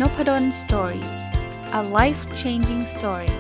Noppadan Story. A life-changing story.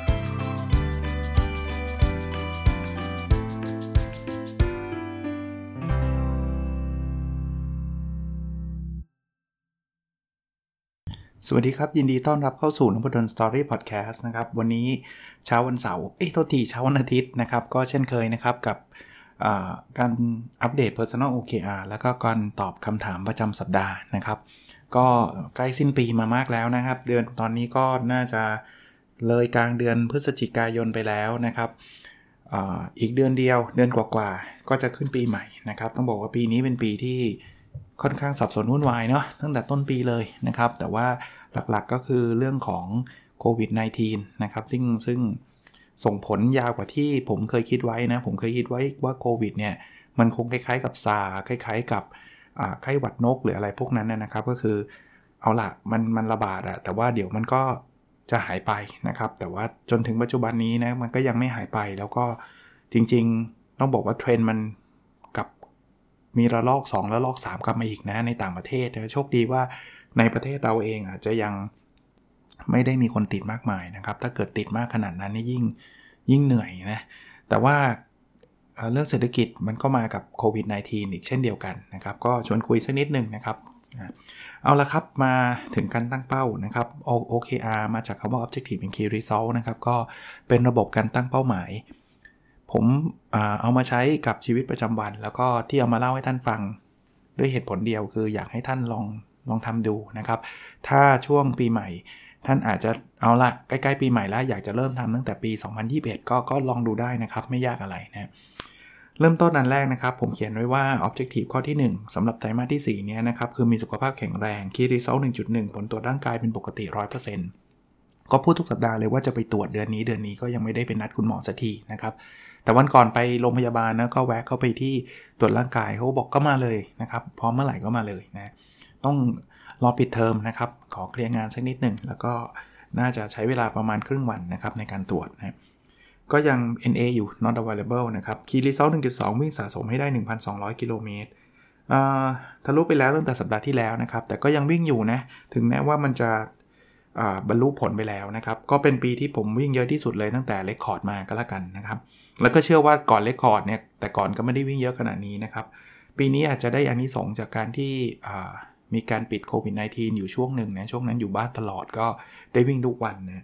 สวัสดีครับยินดีต้อนรับเข้าสู่ Noppadan Story Podcast นะครับวันนี้เช้าวันเสาร์โทษทีเช้าวันอาทิตย์นะครับก็เช่นเคยนะครับกับการอัปเดต Personal OKR แล้วก็การตอบคำถามประจำสัปดาห์นะครับก็ใกล้สิ้นปีมามากแล้วนะครับเดือนตอนนี้ก็น่าจะเลยกลางเดือนพฤศจิกายนไปแล้วนะครับอีกเดือนเดียวเดือนกว่าๆก็จะขึ้นปีใหม่นะครับต้องบอกว่าปีนี้เป็นปีที่ค่อนข้างสับสนวุ่นวายเนาะตั้งแต่ต้นปีเลยนะครับแต่ว่าหลักๆก็คือเรื่องของโควิด -19 นะครับซึ่งส่งผลยาวกว่าที่ผมเคยคิดไว้นะผมเคยคิดไว้ว่าโควิดเนี่ยมันคงคล้ายๆกับซาร์คล้ายๆกับไข้หวัดนกหรืออะไรพวกนั้นนะครับก็คือเอาล่ะมันระบาดอะแต่ว่าเดี๋ยวมันก็จะหายไปนะครับแต่ว่าจนถึงปัจจุบันนี้นะมันก็ยังไม่หายไปแล้วก็จริงๆต้องบอกว่าเทรนด์มันกับมีระลอก2ระลอก3กลับมาอีกนะในต่างประเทศโชคดีว่าในประเทศเราเองอาจจะยังไม่ได้มีคนติดมากมายนะครับถ้าเกิดติดมากขนาดนั้นนี่ยิ่งเหนื่อยนะแต่ว่าเรื่องเศรษฐกิจมันก็มากับโควิด -19 อีกเช่นเดียวกันนะครับก็ชวนคุยสักนิดนึงนะครับเอาละครับมาถึงการตั้งเป้านะครับ OKR มาจากคำว่า Objective and Key Result นะครับก็เป็นระบบการตั้งเป้าหมายผมเอามาใช้กับชีวิตประจำวันแล้วก็ที่เอามาเล่าให้ท่านฟังด้วยเหตุผลเดียวคืออยากให้ท่านลองทำดูนะครับถ้าช่วงปีใหม่ท่านอาจจะเอาละใกล้ๆปีใหม่แล้วอยากจะเริ่มทำตั้งแต่ปี2021ก็ลองดูได้นะครับไม่ยากอะไรนะเริ่มต้นอันแรกนะครับผมเขียนไว้ว่า Objective ข้อที่1สำหรับไตรมาสที่4เนี้ยนะครับคือมีสุขภาพแข็งแรง Key Result 1.1 ผลตรวจร่างกายเป็นปกติ 100% ก็พูดทุกสัปดาห์เลยว่าจะไปตรวจเดือนนี้ก็ยังไม่ได้เป็นนัดคุณหมอสักทีนะครับแต่วันก่อนไปโรงพยาบาลนะก็แวะเข้าไปที่ตรวจร่างกายเขาบอกก็มาเลยนะครับพร้อมเมื่อไหร่ก็มาเลยนะต้องรอปิดเทอมนะครับขอเคลียร์งานสักนิดหนึ่งแล้วก็น่าจะใช้เวลาประมาณครึ่งวันนะครับในการตรวจนะก็ยัง NA อยู่ not available นะครับ Key Result 1.2 วิ่งสะสมให้ได้ 1,200 กิโลเมตรทะลุไปแล้วตั้งแต่สัปดาห์ที่แล้วนะครับแต่ก็ยังวิ่งอยู่นะถึงแม้ว่ามันจะบรรลุผลไปแล้วนะครับก็เป็นปีที่ผมวิ่งเยอะที่สุดเลยตั้งแต่เรคคอร์ดมาก็แล้วกันนะครับแล้วก็เชื่อว่าก่อนเรคคอร์ดเนี่ยแต่ก่อนก็ไม่ได้วิ่งเยอะขนาดนี้นะครับปีนี้อาจจะได้อานิสงส์จากการที่มีการปิดโควิด -19 อยู่ช่วงหนึ่งนะช่วงนั้นอยู่บ้านตลอดก็ได้วิ่งทุกวันนะ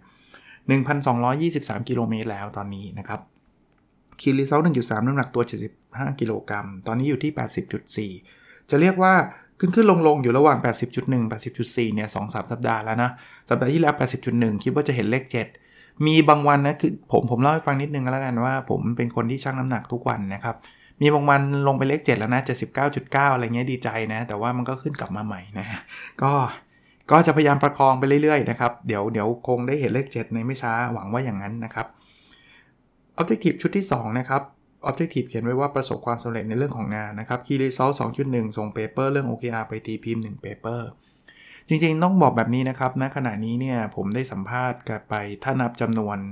1,223 กิโลเมตรแล้วตอนนี้นะครับ Key Result 1.3 น้ำหนักตัว75กิโลกรัมตอนนี้อยู่ที่ 80.4 จะเรียกว่าขึ้นลงอยู่ระหว่าง 80.1 80.4 เนี่ย 2-3 สัปดาห์แล้วนะสัปดาห์ที่แล้ว 80.1 คิดว่าจะเห็นเลข7มีบางวันนะคือผมเล่าให้ฟังนิดนึงแล้วกันว่าผมเป็นคนที่ชั่งน้ำหนักทุกวันนะครับมีบางวันลงไปเลข7แล้วนะ 79.9 อะไรเงี้ยดีใจนะแต่ว่ามันก็ขึ้นกลับมาใหม่นะก็จะพยายามประคองไปเรื่อยๆนะครับเดี๋ยวคงได้เห็นเลข7ในไม่ช้าหวังว่าอย่างนั้นนะครับ Objective ชุดที่2นะครับ Objective เขียนไว้ว่าประสบความสำเร็จในเรื่องของงานนะครับ Key Result 2.1 ส่ง Paper เรื่อง OKR ไปตีพิมพ์1 Paper จริงๆต้องบอกแบบนี้นะครับณขณะนี้เนี่ยผมได้สัมภาษณ์กันไปถ้านับจำนวน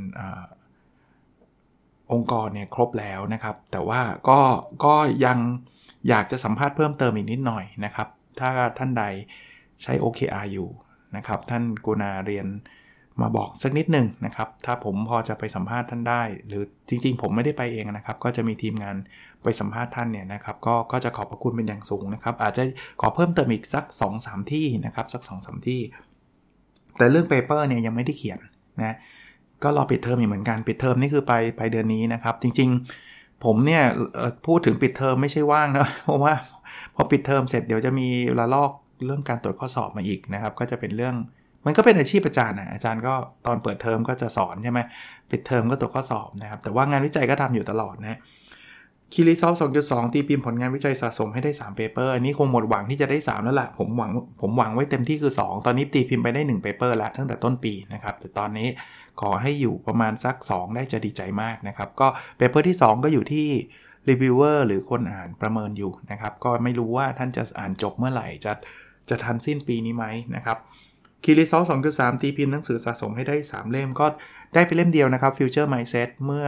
องค์กรเนี่ยครบแล้วนะครับแต่ว่าก็ยังอยากจะสัมภาษณ์เพิ่มเติมอีกนิดหน่อยนะครับถ้าท่านใดใช้ OKR อยู่นะครับท่านกรุณาเรียนมาบอกสักนิดหนึ่งนะครับถ้าผมพอจะไปสัมภาษณ์ท่านได้หรือจริงๆผมไม่ได้ไปเองนะครับก็จะมีทีมงานไปสัมภาษณ์ท่านเนี่ยนะครับก็จะขอบพระคุณเป็นอย่างสูงนะครับอาจจะขอเพิ่มเติมอีกสัก 2-3 ที่นะครับสัก 2-3 ที่แต่เรื่อง paper เนี่ยยังไม่ได้เขียนนะก็รอปิดเทอมอีกเหมือนกันปิดเทอมนี่คือไปเดือนนี้นะครับจริงๆผมเนี่ยพูดถึงปิดเทอมไม่ใช่ว่างนะเพราะว่าพอปิดเทอมเสร็จเดี๋ยวจะมีระลอกเรื่องการตรวจข้อสอบมาอีกนะครับก็จะเป็นเรื่องมันก็เป็นอาชีพอาจารย์นะอาจารย์ก็ตอนเปิดเทอมก็จะสอนใช่ไหมปิดเทอมก็ตรวจข้อสอบนะครับแต่ว่างานวิจัยก็ทำอยู่ตลอดนะ Key Result 2.2 ตีพิมพ์ผลงานวิจัยสะสมให้ได้3 paper อันนี้คงหมดหวังที่จะได้3แล้วล่ะผมหวังไว้เต็มที่คือ2ตอนนี้ตีพิมพ์ไปได้1 paper แล้วตั้งแต่ต้นปีนะครับแต่ตอนนี้ขอให้อยู่ประมาณสัก2ได้จะดีใจมากนะครับก็ paper ที่2ก็อยู่ที่ reviewer หรือคนอ่านประเมินอยู่นะครับก็ไม่รู้ว่าท่านจะอ่านจบเมื่อไหร่จะทันสิ้นปีนี้ไหมนะครับ Key Result 2.3 ตีพิมพ์หนังสือสะสมให้ได้3เล่มก็ได้ไปเล่มเดียวนะครับ Future Mindset เมื่อ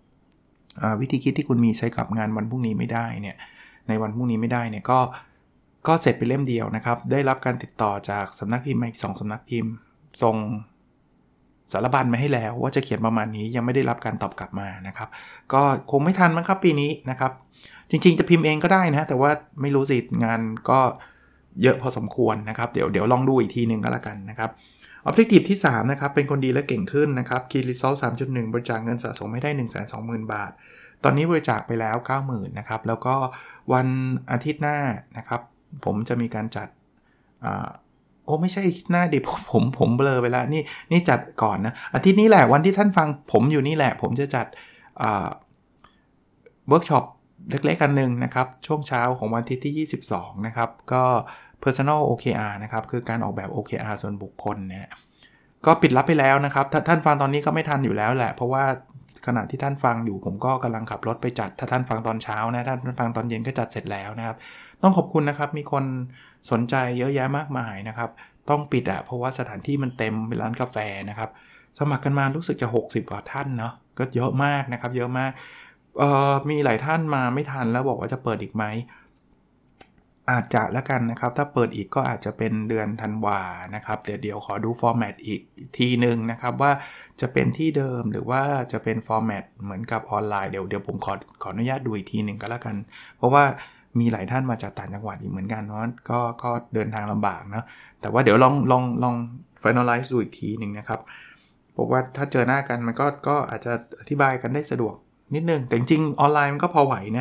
วิธีคิดที่คุณมีใช้กับงานวันพรุ่งนี้ไม่ได้เนี่ยในวันพรุ่งนี้ไม่ได้เนี่ยก็ก็เสร็จไปเล่มเดียวนะครับได้รับการติดต่อจากสำนักพิมพ์อีก2สำนักพิมพ์ส่งสารบัญมาให้แล้วว่าจะเขียนประมาณนี้ยังไม่ได้รับการตอบกลับมานะครับก็คงไม่ทันมั้งครับปีนี้นะครับจริงๆจะพิมพ์เองก็ได้นะแต่ว่าไม่รู้สิงานก็เยอะพอสมควรนะครับเดี๋ยวลองดูอีกทีนึงก็แล้วกันนะครับ Objective ที่3นะครับเป็นคนดีและเก่งขึ้นนะครับ Key Result 3.1 บริจาคเงินสะสมให้ได้ 120,000 บาทตอนนี้บริจาคไปแล้ว 90,000 นะครับแล้วก็วันอาทิตย์หน้านะครับผมจะมีการจัดไม่ใช่หน้าดิผมเบลอไปแล้วนี่จัดก่อนนะอาทิตย์นี้แหละวันที่ท่านฟังผมอยู่นี่แหละผมจะจัดเวิร์กช็อปเล็กๆกันนึงนะครับช่วงเช้าของวันอาทิตย์ที่22นะครับก็ Personal OKR นะครับคือการออกแบบ OKR ส่วนบุคคลเนี่ยก็ปิดรับไปแล้วนะครับถ้าท่านฟังตอนนี้ก็ไม่ทันอยู่แล้วแหละเพราะว่าขณะที่ท่านฟังอยู่ผมก็กำลังขับรถไปจัดถ้าท่านฟังตอนเช้านะท่านฟังตอนเย็นก็จัดเสร็จแล้วนะครับต้องขอบคุณนะครับมีคนสนใจเยอะแยะมากมายนะครับต้องปิดเพราะว่าสถานที่มันเต็มเป็นร้านกาแฟนะครับสมัครกันมารู้สึกจะ60กว่าท่านเนาะก็เยอะมากนะครับเยอะมากมีหลายท่านมาไม่ทันแล้วบอกว่าจะเปิดอีกไหมอาจจะแล้วกันนะครับถ้าเปิดอีกก็อาจจะเป็นเดือนธันวานะครับเดี๋ยวขอดูฟอร์แมตอีกทีนึงนะครับว่าจะเป็นที่เดิมหรือว่าจะเป็นฟอร์แมตเหมือนกับออนไลน์เดี๋ยวผมขออนุญาตดูอีกทีนึงก็แล้วกันเพราะว่ามีหลายท่านมาจากต่างจังหวัดอีกเหมือนกันเนาะก็เดินทางลำบากนะแต่ว่าเดี๋ยวลอง finalize ดูอีกทีนึงนะครับเพราะว่าถ้าเจอหน้ากันมันก็อาจจะอธิบายกันได้สะดวกนิดนึงแต่จริงๆออนไลน์มันก็พอไหวนะ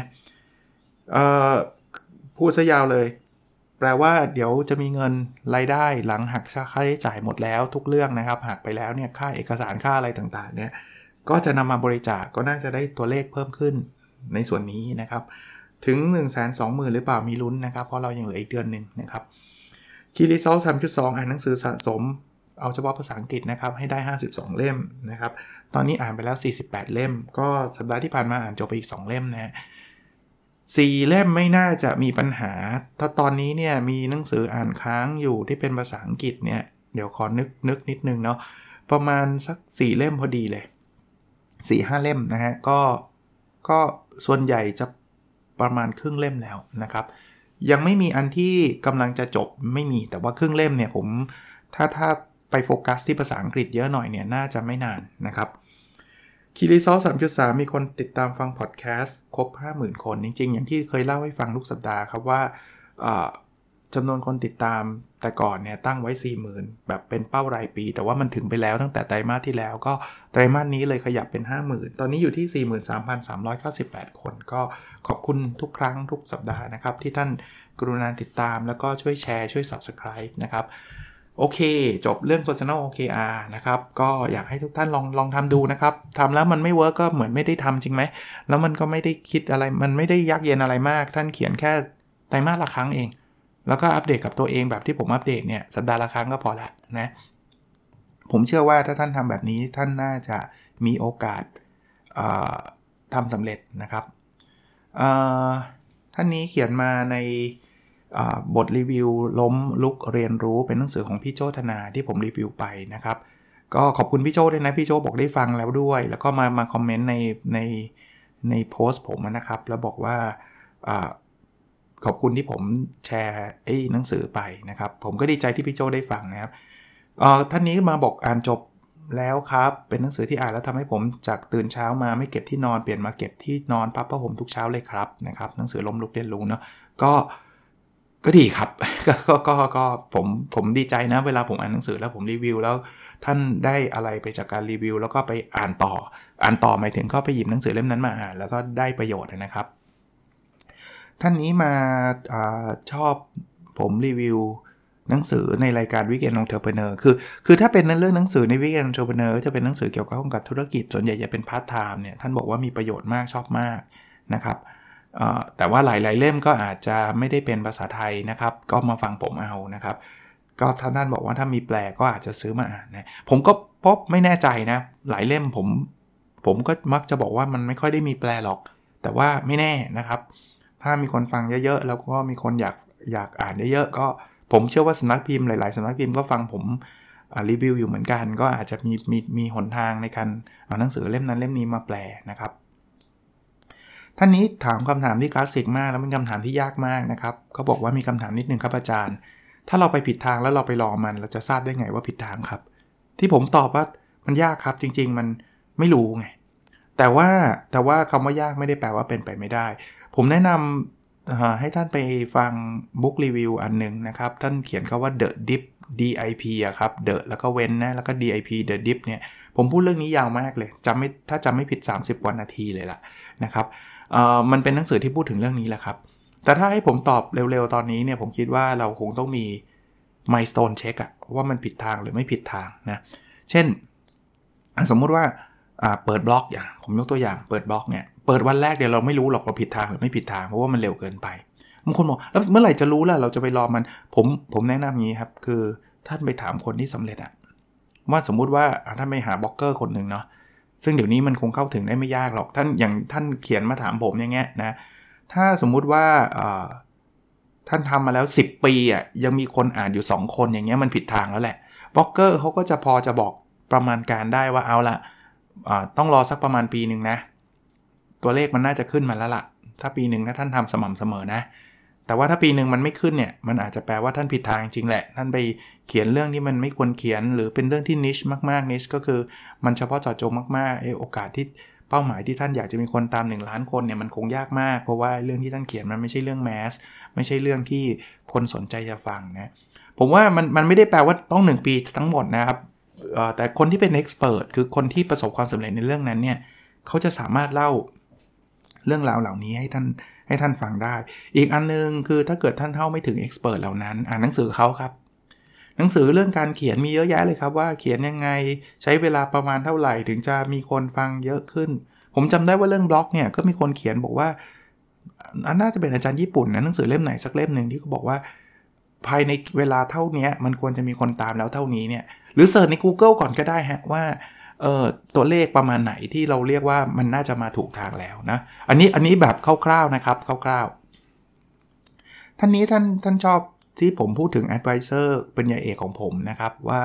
พูดซะยาวเลยแปลว่าเดี๋ยวจะมีเงินรายได้หลังหักค่าใช้จ่ายหมดแล้วทุกเรื่องนะครับหักไปแล้วเนี่ยค่าเอกสารค่าอะไรต่างๆเนี่ยก็จะนำมาบริจาคก็น่าจะได้ตัวเลขเพิ่มขึ้นในส่วนนี้นะครับถึง 120,000 หรือเปล่ามีลุ้นนะครับเพราะเรายังเหลืออีกเดือนนึงนะครับ Key Result 3.2 อ่านหนังสือสะสมเอาเฉพาะภาษาอังกฤษนะครับให้ได้52เล่มนะครับตอนนี้อ่านไปแล้ว48เล่มก็สัปดาห์ที่ผ่านมาอ่านจบไปอีก2เล่มนะ4 เล่มไม่น่าจะมีปัญหาถ้าตอนนี้เนี่ยมีหนังสืออ่านค้างอยู่ที่เป็นภาษาอังกฤษเนี่ยเดี๋ยวขอนึกนิดนึงเนาะประมาณสัก4เล่มพอดีเลย 4-5 เล่มนะฮะก็ส่วนใหญ่จะประมาณครึ่งเล่มแล้วนะครับยังไม่มีอันที่กำลังจะจบไม่มีแต่ว่าครึ่งเล่มเนี่ยผมถ้าไปโฟกัสที่ภาษาอังกฤษเยอะหน่อยเนี่ยน่าจะไม่นานนะครับKey Result 3.3 มีคนติดตามฟังพอดแคสต์ครบ 50,000 คนจริงๆอย่างที่เคยเล่าให้ฟังทุกสัปดาห์ครับว่าจำนวนคนติดตามแต่ก่อนเนี่ยตั้งไว้ 40,000 แบบเป็นเป้ารายปีแต่ว่ามันถึงไปแล้วตั้งแต่ไตรมาสที่แล้วก็ไตรมาสนี้เลยขยับเป็น 50,000 ตอนนี้อยู่ที่ 43,398 คนก็ขอบคุณทุกครั้งทุกสัปดาห์นะครับที่ท่านกรุณาติดตามแล้วก็ช่วยแชร์ช่วย Subscribe นะครับโอเคจบเรื่อง Personal OKR นะครับก็อยากให้ทุกท่านลองทำดูนะครับทำแล้วมันไม่เวิร์กก็เหมือนไม่ได้ทำจริงไหมแล้วมันก็ไม่ได้คิดอะไรมันไม่ได้ยักเย็นอะไรมากท่านเขียนแค่ไตรมาสละครั้งเองแล้วก็อัปเดตกับตัวเองแบบที่ผมอัปเดตเนี่ยสัปดาห์ละครั้งก็พอละนะผมเชื่อว่าถ้าท่านทำแบบนี้ท่านน่าจะมีโอกาสทำสำเร็จนะครับท่านนี้เขียนมาในบทรีวิวล้มลุกเรียนรู้เป็นหนังสือของพี่โจธนาที่ผมรีวิวไปนะครับก็ขอบคุณพี่โจด้วยนะพี่โจบอกได้ฟังแล้วด้วยแล้วก็มาคอมเมนต์ในโพสต์ผมนะครับแล้วบอกว่าขอบคุณที่ผมแชร์หนังสือไปนะครับผมก็ดีใจที่พี่โจได้ฟังนะครับท่านนี้มาบอกอ่านจบแล้วครับเป็นหนังสือที่อ่านแล้วทำให้ผมจากตื่นเช้ามาไม่เก็บที่นอนเปลี่ยนมาเก็บที่นอนปั๊บผ้าห่มทุกเช้าเลยครับนะครับหนังสือล้มลุกเรียนรู้เนาะก็ดีครับ ก็ผมดีใจนะเวลาผมอ่านหนังสือแล้วผมรีวิวแล้วท่านได้อะไรไปจากการรีวิวแล้วก็ไปอ่านต่อหมายถึงก็ไปหยิบหนังสือเล่มนั้นมาอ่านแล้วก็ได้ประโยชน์นะครับท่านนี้มาชอบผมรีวิวหนังสือในรายการ Weekend Entrepreneur คือถ้าเป็นเรื่องหนังสือใน Weekend Entrepreneur จะเป็นหนังสือเกี่ยวกับธุรกิจส่วนใหญ่จะเป็นพาร์ทไทม์เนี่ยท่านบอกว่ามีประโยชน์มากชอบมากนะครับแต่ว่าหลายๆเล่มก็อาจจะไม่ได้เป็นภาษาไทยนะครับก็มาฟังผมเอานะครับก็ท่านบอกว่าถ้ามีแปลก็อาจจะซื้อมาอ่านนะผมก็ไม่แน่ใจนะหลายเล่มผมก็มักจะบอกว่ามันไม่ค่อยได้มีแปลหรอกแต่ว่าไม่แน่นะครับถ้ามีคนฟังเยอะๆแล้วก็มีคนอยากอ่านเยอะๆก็ผมเชื่อว่าสำนักพิมพ์หลายๆสำนักพิมพ์ก็ฟังผมรีวิวอยู่เหมือนกันก็อาจจะมีหนทางในการเอาหนังสือเล่มนั้นเล่มนี้มาแปลนะครับท่านนี้ถามคำถามที่คลาสสิกมากแล้วเป็นคำถามที่ยากมากนะครับเขาบอกว่ามีคำถามนิดนึงครับอาจารย์ถ้าเราไปผิดทางแล้วเราไปลองมันเราจะทราบได้ไงว่าผิดทางครับที่ผมตอบว่ามันยากครับจริงๆมันไม่รู้ไงแต่ว่าคำว่ายากไม่ได้แปลว่าเป็นไปไม่ได้ผมแนะนำให้ท่านไปฟังบุ๊กรีวิวอันนึงนะครับท่านเขียนคำว่า The Dip DIP อะครับ The แล้วก็เว้นนะแล้วก็ DIP The Dip เนี่ยผมพูดเรื่องนี้ยาวมากเลยถ้าจำไม่ผิด30กว่านาทีเลยล่ะนะครับมันเป็นหนังสือที่พูดถึงเรื่องนี้แหละครับแต่ถ้าให้ผมตอบเร็วๆตอนนี้เนี่ยผมคิดว่าเราคงต้องมี milestone check อะว่ามันผิดทางหรือไม่ผิดทางนะเช่นสมมุติว่าเปิดบล็อกอย่างผมยกตัวอย่างเปิดบล็อกเนี่ยเปิดวันแรกเดี๋ยวเราไม่รู้หรอกว่าผิดทางหรือไม่ผิดทางเพราะว่ามันเร็วเกินไปบางคนบอกแล้วเมื่อไหร่จะรู้ล่ะเราจะไปรอมันผมแนะนำงี้ครับคือท่านไปถามคนที่สำเร็จอะว่าสมมุติว่าท่านไปหาบล็อกเกอร์คนนึงเนาะซึ่งเดี๋ยวนี้มันคงเข้าถึงได้ไม่ยากหรอกท่านอย่างท่านเขียนมาถามผมอย่างเงี้ยนะถ้าสมมุติว่าท่านทำมาแล้ว10ปีอ่ะยังมีคนอ่านอยู่2คนอย่างเงี้ยมันผิดทางแล้วแหละบล็อกเกอร์เขาก็จะพอจะบอกประมาณการได้ว่าเอาละต้องรอสักประมาณปีนึงนะตัวเลขมันน่าจะขึ้นมาแล้วล่ะถ้าปีนึงถ้าท่านทำสม่ำเสมอนะแต่ว่าถ้าปีนึงมันไม่ขึ้นเนี่ยมันอาจจะแปลว่าท่านผิดทางจริงแหละท่านไปเขียนเรื่องที่มันไม่ควรเขียนหรือเป็นเรื่องที่ niche มากๆ niche ก็คือมันเฉพาะเจาะจงมากๆโอกาสที่เป้าหมายที่ท่านอยากจะมีคนตาม1ล้านคนเนี่ยมันคงยากมากเพราะว่าเรื่องที่ท่านเขียนมันไม่ใช่เรื่องแมสไม่ใช่เรื่องที่คนสนใจจะฟังนะผมว่ามันไม่ได้แปลว่าต้อง1ปีทั้งหมดนะครับแต่คนที่เป็น expert คือคนที่ประสบความสำเร็จในเรื่องนั้นเนี่ยเขาจะสามารถเล่าเรื่องราวเหล่านี้ให้ท่านฟังได้อีกอันนึงคือถ้าเกิดท่านเท่าไม่ถึง expert เหล่านั้นอ่านหนังสือเขาครับหนังสือเรื่องการเขียนมีเยอะแยะเลยครับว่าเขียนยังไงใช้เวลาประมาณเท่าไหร่ถึงจะมีคนฟังเยอะขึ้นผมจำได้ว่าเรื่องบล็อกเนี่ยก็มีคนเขียนบอกว่าน่าจะเป็นอาจารย์ญี่ปุ่นนะหนังสือเล่มไหนสักเล่มนึงที่เขาบอกว่าภายในเวลาเท่านี้มันควรจะมีคนตามแล้วเท่านี้เนี่ยหรือเสิร์ชใน Google ก่อนก็ได้ฮะว่าตัวเลขประมาณไหนที่เราเรียกว่ามันน่าจะมาถูกทางแล้วนะอันนี้แบบคร่าวๆนะครับคร่าวๆท่านนี้ท่านชอบที่ผมพูดถึง advisor เป็นยาเอกของผมนะครับว่า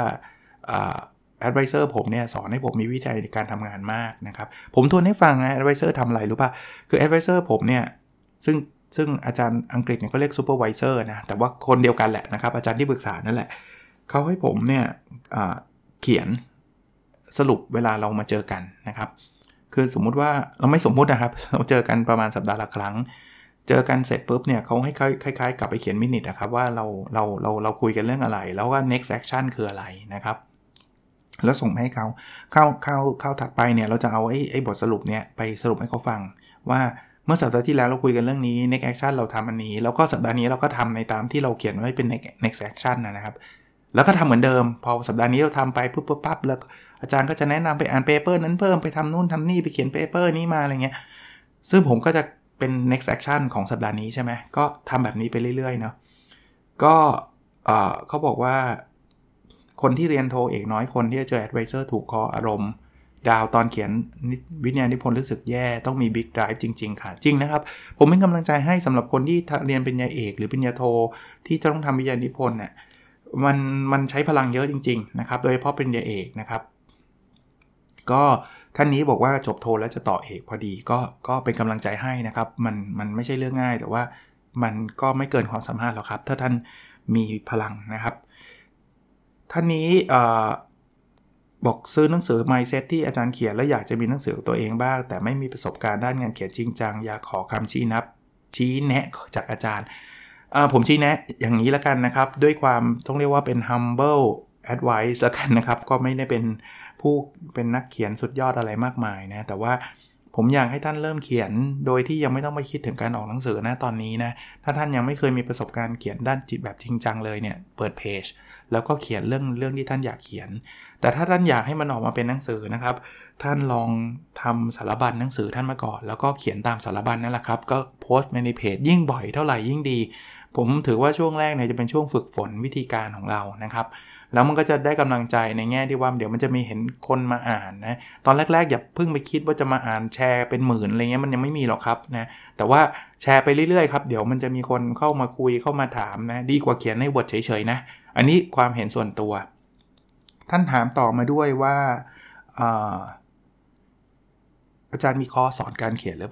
advisor ผมเนี่ยสอนให้ผมมีวิธีในการทำงานมากนะครับผมทวนให้ฟังนะ advisor ทำอะไรรู้ป่ะคือ advisor ผมเนี่ยซึ่งอาจารย์อังกฤษเนี่ยเขาเรียก supervisor นะแต่ว่าคนเดียวกันแหละนะครับอาจารย์ที่ปรึกษานั่นแหละเขาให้ผมเนี่ยเขียนสรุปเวลาเรามาเจอกันนะครับคือสมมุติว่าเราไม่สมมุตินะครับเราเจอกันประมาณสัปดาห์ละครั้งเจอกันเสร็จปุ๊บเนี่ยเขาให้คล้ายๆกลับไปเขียนมินิทนะครับว่าเราคุยกันเรื่องอะไรแล้วว่า next action คืออะไรนะครับแล้วส่งให้เขาเข้าถัดไปเนี่ยเราจะเอาไอ้บทสรุปเนี่ยไปสรุปให้เขาฟังว่าเมื่อสัปดาห์ที่แล้วเราคุยกันเรื่องนี้ next action เราทำอันนี้แล้วก็สัปดาห์นี้เราก็ทำในตามที่เราเขียนไว้เป็น next action นะครับแล้วก็ทำเหมือนเดิมพอสัปดาห์นี้เราทำไปปั๊บแล้วอาจารย์ก็จะแนะนำไปอ่านเปเปอร์นั้นเพิ่มไปทำนู่นทำนี่ไปเขียนเปเปอร์นี้มาอะไรเงี้ยซึ่งผมก็จะเป็น next action ของสัปดาห์นี้ใช่ไหมก็ทำแบบนี้ไปเรื่อยๆเนาะก็เขาบอกว่าคนที่เรียนโทเอกน้อยคนที่จะเจอ advisor ถูกคออารมณ์ดาวตอนเขียนวิทยานิพนธ์รู้สึกแย่ต้องมี big drive จริงๆค่ะจริงนะครับผมเป็นกำลังใจให้สำหรับคนที่เรียนปริญญาเอกหรือปริญญาโทที่จะต้องทำวิทยานิพนธ์เนี่ยมันใช้พลังเยอะจริงๆนะครับโดยเฉพาะปริญญาเอกนะครับก็ท่านนี้บอกว่าจบโทแล้วจะต่อเอกพอดีก็เป็นกำลังใจให้นะครับมันไม่ใช่เรื่องง่ายแต่ว่ามันก็ไม่เกินความสามารถหรอกครับถ้าท่านมีพลังนะครับท่านนี้บอกซื้อหนังสือ Mindset ที่อาจารย์เขียนแล้วอยากจะมีหนังสือตัวเองบ้างแต่ไม่มีประสบการณ์ด้านงานเขียนจริงจังอยากขอคำชี้แนะจากอาจารย์ผมชี้แนะอย่างนี้แล้วกันนะครับด้วยความต้องเรียกว่าเป็น humble advice แล้วกันนะครับก็ไม่ได้เป็นนักเขียนสุดยอดอะไรมากมายนะแต่ว่าผมอยากให้ท่านเริ่มเขียนโดยที่ยังไม่ต้องไปคิดถึงการออกหนังสือนะตอนนี้นะถ้าท่านยังไม่เคยมีประสบการณ์เขียนด้านจิตแบบจริงจังเลยเนี่ยเปิดเพจแล้วก็เขียนเรื่องที่ท่านอยากเขียนแต่ถ้าท่านอยากให้มันออกมาเป็นหนังสือนะครับท่านลองทำสารบัญหนังสือท่านมาก่อนแล้วก็เขียนตามสารบัญนั่นแหละครับก็โพสต์ในเพจยิ่งบ่อยเท่าไหร่ยิ่งดีผมถือว่าช่วงแรกเนี่ยจะเป็นช่วงฝึกฝนวิธีการของเรานะครับแล้วมันก็จะได้กำลังใจในแง่ที่ว่าเดี๋ยวมันจะมีเห็นคนมาอ่านนะตอนแรกๆอย่าเพิ่งไปคิดว่าจะมาอ่านแชร์เป็นหมื่นอะไรเงี้ยมันยังไม่มีหรอกครับนะแต่ว่าแชร์ไปเรื่อยๆครับเดี๋ยวมันจะมีคนเข้ามาคุยเข้ามาถามนะดีกว่าเขียนใน Word เฉยๆนะอันนี้ความเห็นส่วนตัวท่านถามต่อมาด้วยว่าอาจารย์มีคอร์สสอนการเขียนหรือเปล่า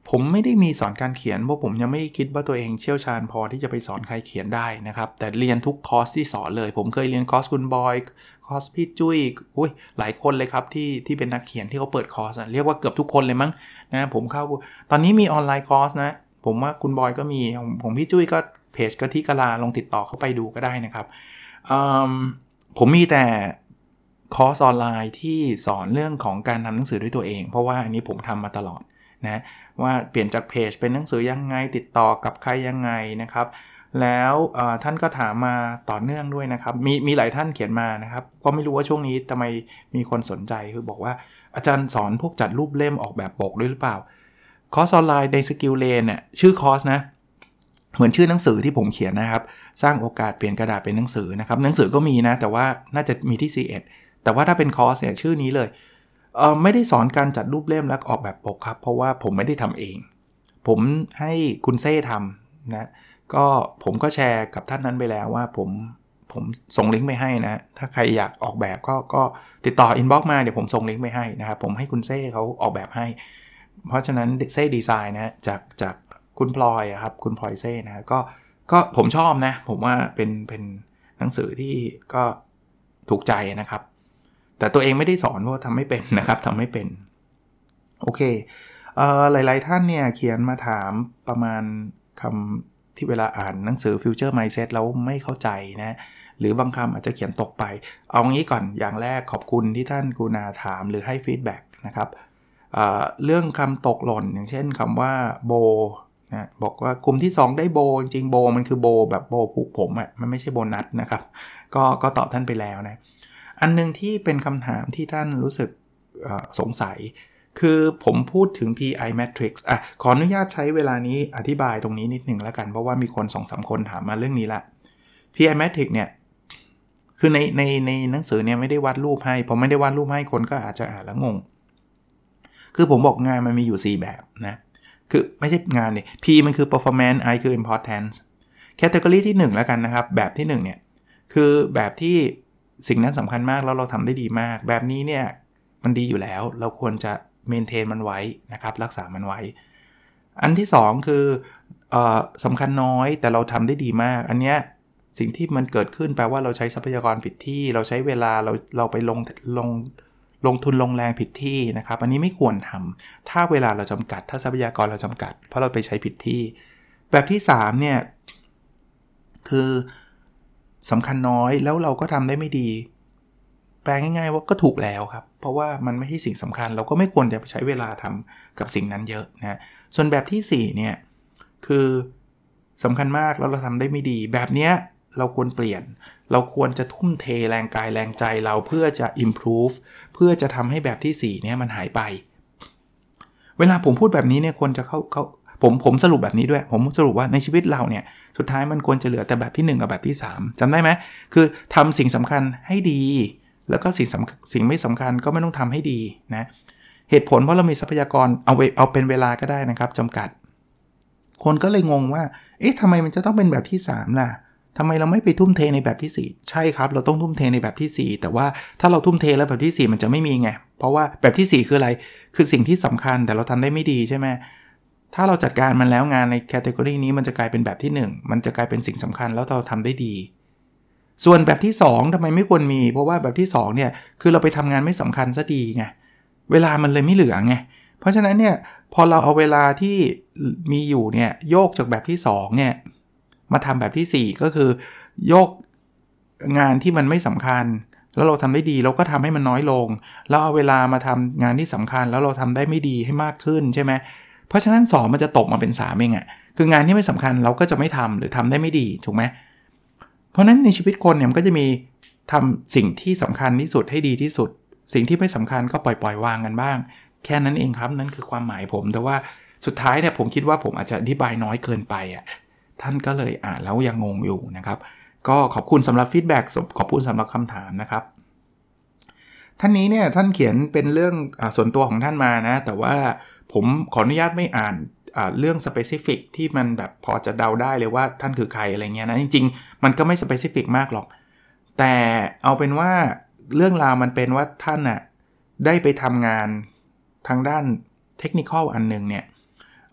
ผมไม่ได้มีสอนการเขียนเพราะผมยังไม่คิดว่าตัวเองเชี่ยวชาญพอที่จะไปสอนใครเขียนได้นะครับแต่เรียนทุกคอร์สที่สอนเลยผมเคยเรียนคอร์สคุณบอยคอร์สพี่จุ้ยหลายคนเลยครับที่เป็นนักเขียนที่เขาเปิดคอร์สเรียกว่าเกือบทุกคนเลยมั้งนะผมเข้าตอนนี้มีออนไลน์คอร์สนะผมว่าคุณบอยก็มีของพี่จุ้ยก็เพจกะทิกะลาลองติดต่อเข้าไปดูก็ได้นะครับผมมีแต่คอร์สออนไลน์ที่สอนเรื่องของการทำหนังสือด้วยตัวเองเพราะว่าอันนี้ผมทำมาตลอดนะว่าเปลี่ยนจากเพจเป็นหนังสือยังไงติดต่อกับใครยังไงนะครับแล้วท่านก็ถามมาต่อเนื่องด้วยนะครับมีหลายท่านเขียนมานะครับก็ไม่รู้ว่าช่วงนี้ทำไมมีคนสนใจคือบอกว่าอาจารย์สอนพวกจัดรูปเล่มออกแบบปกด้วยหรือเปล่าคอร์สออนไลน์ในสกิลเลนเนี่ยชื่อคอร์สนะเหมือนชื่อหนังสือที่ผมเขียนนะครับสร้างโอกาสเปลี่ยนกระดาษเป็นหนังสือนะครับหนังสือก็มีนะแต่ว่าน่าจะมีที่ C1 แต่ว่าถ้าเป็นคอร์สเนี่ยชื่อนี้เลยไม่ได้สอนการจัดรูปเล่มและออกแบบปกครับเพราะว่าผมไม่ได้ทำเองผมให้คุณเซ่ทำนะก็ผมก็แชร์กับท่านนั้นไปแล้วว่าผมส่งลิงก์ไปให้นะถ้าใครอยากออกแบบก็ติดต่ออินบ็อกซ์มาเดี๋ยวผมส่งลิงก์ไปให้นะครับผมให้คุณเซ่เขาออกแบบให้เพราะฉะนั้นเซ่ดีไซน์นะจากคุณพลอยครับคุณพลอยเซ่นะก็ผมชอบนะผมว่าเป็นหนังสือที่ก็ถูกใจนะครับแต่ตัวเองไม่ได้สอนเพราะทำไม่เป็นนะครับทำไม่เป็นโอเคหลายๆท่านเนี่ยเขียนมาถามประมาณคำที่เวลาอ่านหนังสือ Future Mindset แล้วไม่เข้าใจนะหรือบางคำอาจจะเขียนตกไปเอางี้ก่อนอย่างแรกขอบคุณที่ท่านกรุณาถามหรือให้ฟีดแบ็กนะครับเรื่องคำตกหล่นอย่างเช่นคำว่าโบนะบอกว่ากลุ่มที่2ได้โบจริงๆโบมันคือโบแบบโบผูกผมอ่ะมันไม่ใช่โบนัสนะครับก็ตอบท่านไปแล้วนะอันนึงที่เป็นคำถามที่ท่านรู้สึกสงสัยคือผมพูดถึง PI Matrix ขออนุญาตใช้เวลานี้อธิบายตรงนี้นิดหนึ่งแล้วกันเพราะว่ามีคน 2-3 คนถามมาเรื่องนี้ละ PI Matrix เนี่ยคือในหนังสือเนี่ยไม่ได้วาดรูปให้ผมไม่ได้วาดรูปให้คนก็อาจจะอ่านแล้วงงคือผมบอกงานมันมีอยู่4แบบนะคือไม่ใช่งานเนี่ย P มันคือ performance I คือ importance category ที่1แล้วกันนะครับแบบที่1เนี่ยคือแบบที่สิ่งนั้นสำคัญมากแล้วเราทำได้ดีมากแบบนี้เนี่ยมันดีอยู่แล้วเราควรจะเมนเทนมันไว้นะครับรักษามันไว้อันที่2คือสำคัญน้อยแต่เราทำได้ดีมากอันเนี้ยสิ่งที่มันเกิดขึ้นแปลว่าเราใช้ทรัพยากรผิดที่เราใช้เวลาเราไปลงทุนลงแรงผิดที่นะครับอันนี้ไม่ควรทำถ้าเวลาเราจำกัดถ้าทรัพยากรเราจำกัดเพราะเราไปใช้ผิดที่แบบที่3เนี่ยคือสำคัญน้อยแล้วเราก็ทำได้ไม่ดีแปลง่ายๆว่าก็ถูกแล้วครับเพราะว่ามันไม่ใช่สิ่งสำคัญเราก็ไม่ควรจะใช้เวลาทำกับสิ่งนั้นเยอะนะส่วนแบบที่4เนี่ยคือสำคัญมากแล้วเราทำได้ไม่ดีแบบเนี้ยเราควรเปลี่ยนเราควรจะทุ่มเทแรงกายแรงใจเราเพื่อจะ improve เพื่อจะทำให้แบบที่4เนี่ยมันหายไปเวลาผมพูดแบบนี้เนี่ยควรจะเข้าผมสรุปแบบนี้ด้วยผมสรุปว่าในชีวิตเราเนี่ยสุดท้ายมันควรจะเหลือแต่แบบที่1กับแบบที่3จำได้ไหมคือทำสิ่งสำคัญให้ดีแล้วก็สิ่งไม่สำคัญก็ไม่ต้องทำให้ดีนะเหตุผลเพราะเรามีทรัพยากรเอาเป็นเวลาก็ได้นะครับจำกัดคนก็เลยงงว่าเอ๊ะทำไมมันจะต้องเป็นแบบที่3ล่ะทำไมเราไม่ไปทุ่มเทในแบบที่4ใช่ครับเราต้องทุ่มเทในแบบที่4แต่ว่าถ้าเราทุ่มเทแล้วแบบที่4มันจะไม่มีไงเพราะว่าแบบที่4คืออะไรคือสิ่งที่สำคัญแต่เราทำได้ไม่ดีใช่ไหมถ้าเราจัดการมันแล้วงานในแคตตากรีนี้มันจะกลายเป็นแบบที่1มันจะกลายเป็นสิ่งสำคัญแล้วเราทำได้ดีส่วนแบบที่2ทำไมไม่ควรมีเพราะว่าแบบที่2เนี่ยคือเราไปทำงานไม่สำคัญซะดีไงเวลามันเลยไม่เหลือไงเพราะฉะนั้นเนี่ยพอเราเอาเวลาที่มีอยู่เนี่ยโยกจากแบบที่2เนี่ยมาทำแบบที่4ก็คือโยกงานที่มันไม่สำคัญแล้วเราทำได้ดีเราก็ทำให้มันน้อยลงแล้วเอาเวลามาทำงานที่สำคัญแล้วเราทำได้ไม่ดีให้มากขึ้นใช่ไหมเพราะฉะนั้น2มันจะตกมาเป็น3เองอะคืองานที่ไม่สำคัญเราก็จะไม่ทำหรือทำได้ไม่ดีถูกไหมเพราะนั้นในชีวิตคนเนี่ยมันก็จะมีทำสิ่งที่สำคัญที่สุดให้ดีที่สุดสิ่งที่ไม่สำคัญก็ปล่อยวางกันบ้างแค่นั้นเองครับนั่นคือความหมายผมแต่ว่าสุดท้ายเนี่ยผมคิดว่าผมอาจจะอธิบายน้อยเกินไปอ่ะท่านก็เลยอ่านแล้วยังงงอยู่นะครับก็ขอบคุณสำหรับฟีดแบ็กขอบคุณสำหรับคำถามนะครับท่านนี้เนี่ยท่านเขียนเป็นเรื่องส่วนตัวของท่านมานะแต่ว่าผมขออนุญาตไม่อ่านเรื่อง specific ที่มันแบบพอจะเดาได้เลยว่าท่านคือใครอะไรเงี้ยนะจริงๆมันก็ไม่ specific มากหรอกแต่เอาเป็นว่าเรื่องราวมันเป็นว่าท่านน่ะได้ไปทำงานทางด้านเทคนิคอลอันนึงเนี่ย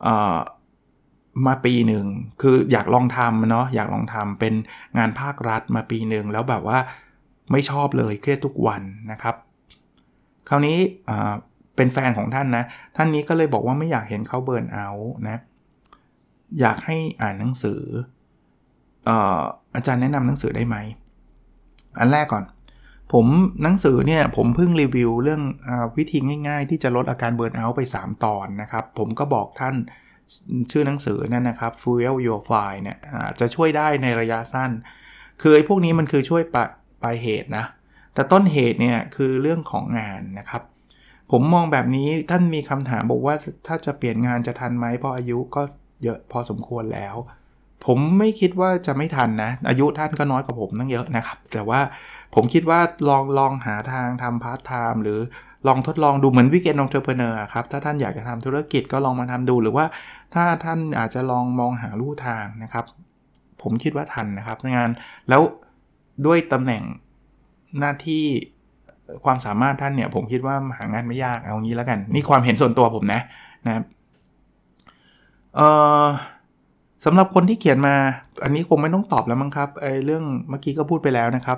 มาปีหนึ่งคืออยากลองทำเนาะอยากลองทำเป็นงานภาครัฐมาปีหนึ่งแล้วแบบว่าไม่ชอบเลยเครียดทุกวันนะครับคราวนี้เป็นแฟนของท่านนะท่านนี้ก็เลยบอกว่าไม่อยากเห็นเขาเบิร์นเอาท์นะอยากให้อ่านหนังสืออาจารย์แนะนำหนังสือได้ไหมอันแรกก่อนผมหนังสือเนี่ยผมเพิ่งรีวิวเรื่องวิธีง่ายๆที่จะลดอาการเบิร์นเอาท์ไป3ตอนนะครับผมก็บอกท่านชื่อหนังสือนั่นนะครับ Fuel Your Fire เนี่ยจะช่วยได้ในระยะสั้นคือไอ้พวกนี้มันคือช่วยปลายเหตุนะแต่ต้นเหตุเนี่ยคือเรื่องของงานนะครับผมมองแบบนี้ท่านมีคำถามบอกว่าถ้าจะเปลี่ยนงานจะทันไหมเพราะอายุก็เยอะพอสมควรแล้วผมไม่คิดว่าจะไม่ทันนะอายุท่านก็น้อยกว่าผมตั้งเยอะนะครับแต่ว่าผมคิดว่าลองหาทางทำพาร์ทไทม์หรือลองทดลองดูเหมือน Weekend Entrepreneur ครับถ้าท่านอยากจะทำธุรกิจก็ลองมาทำดูหรือว่าถ้าท่านอาจจะลองมองหาลู่ทางนะครับผมคิดว่าทันนะครับงานแล้วด้วยตำแหน่งหน้าที่ความสามารถท่านเนี่ยผมคิดว่าหางานไม่ยากเอางี้แล้วกันนี่ความเห็นส่วนตัวผมนะครับสำหรับคนที่เขียนมาอันนี้คงไม่ต้องตอบแล้วมั้งครับเรื่องเมื่อกี้ก็พูดไปแล้วนะครับ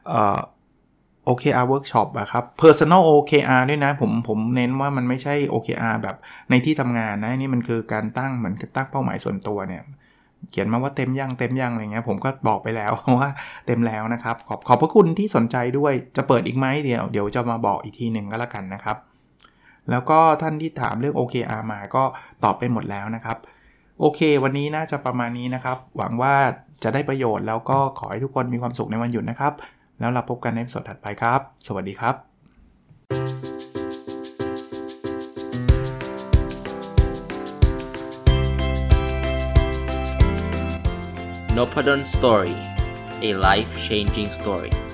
OKR workshop อะครับ personal OKR ด้วยนะผมเน้นว่ามันไม่ใช่ OKR แบบในที่ทำงานนะนี่มันคือการตั้งเหมือนตั้งเป้าหมายส่วนตัวเนี่ยเขียนมาว่าเต็มยังอะไรเงี้ยผมก็บอกไปแล้วว่าเต็มแล้วนะครับขอบพระคุณที่สนใจด้วยจะเปิดอีกไหมเดี๋ยวจะมาบอกอีกทีหนึ่งก็แล้วกันนะครับแล้วก็ท่านที่ถามเรื่อง OKR มาก็ตอบไปหมดแล้วนะครับโอเควันนี้น่าจะประมาณนี้นะครับหวังว่าจะได้ประโยชน์แล้วก็ขอให้ทุกคนมีความสุขในวันหยุดนะครับแล้วเราพบกันในตอนถัดไปครับสวัสดีครับ Nopadon Story, a life-changing story.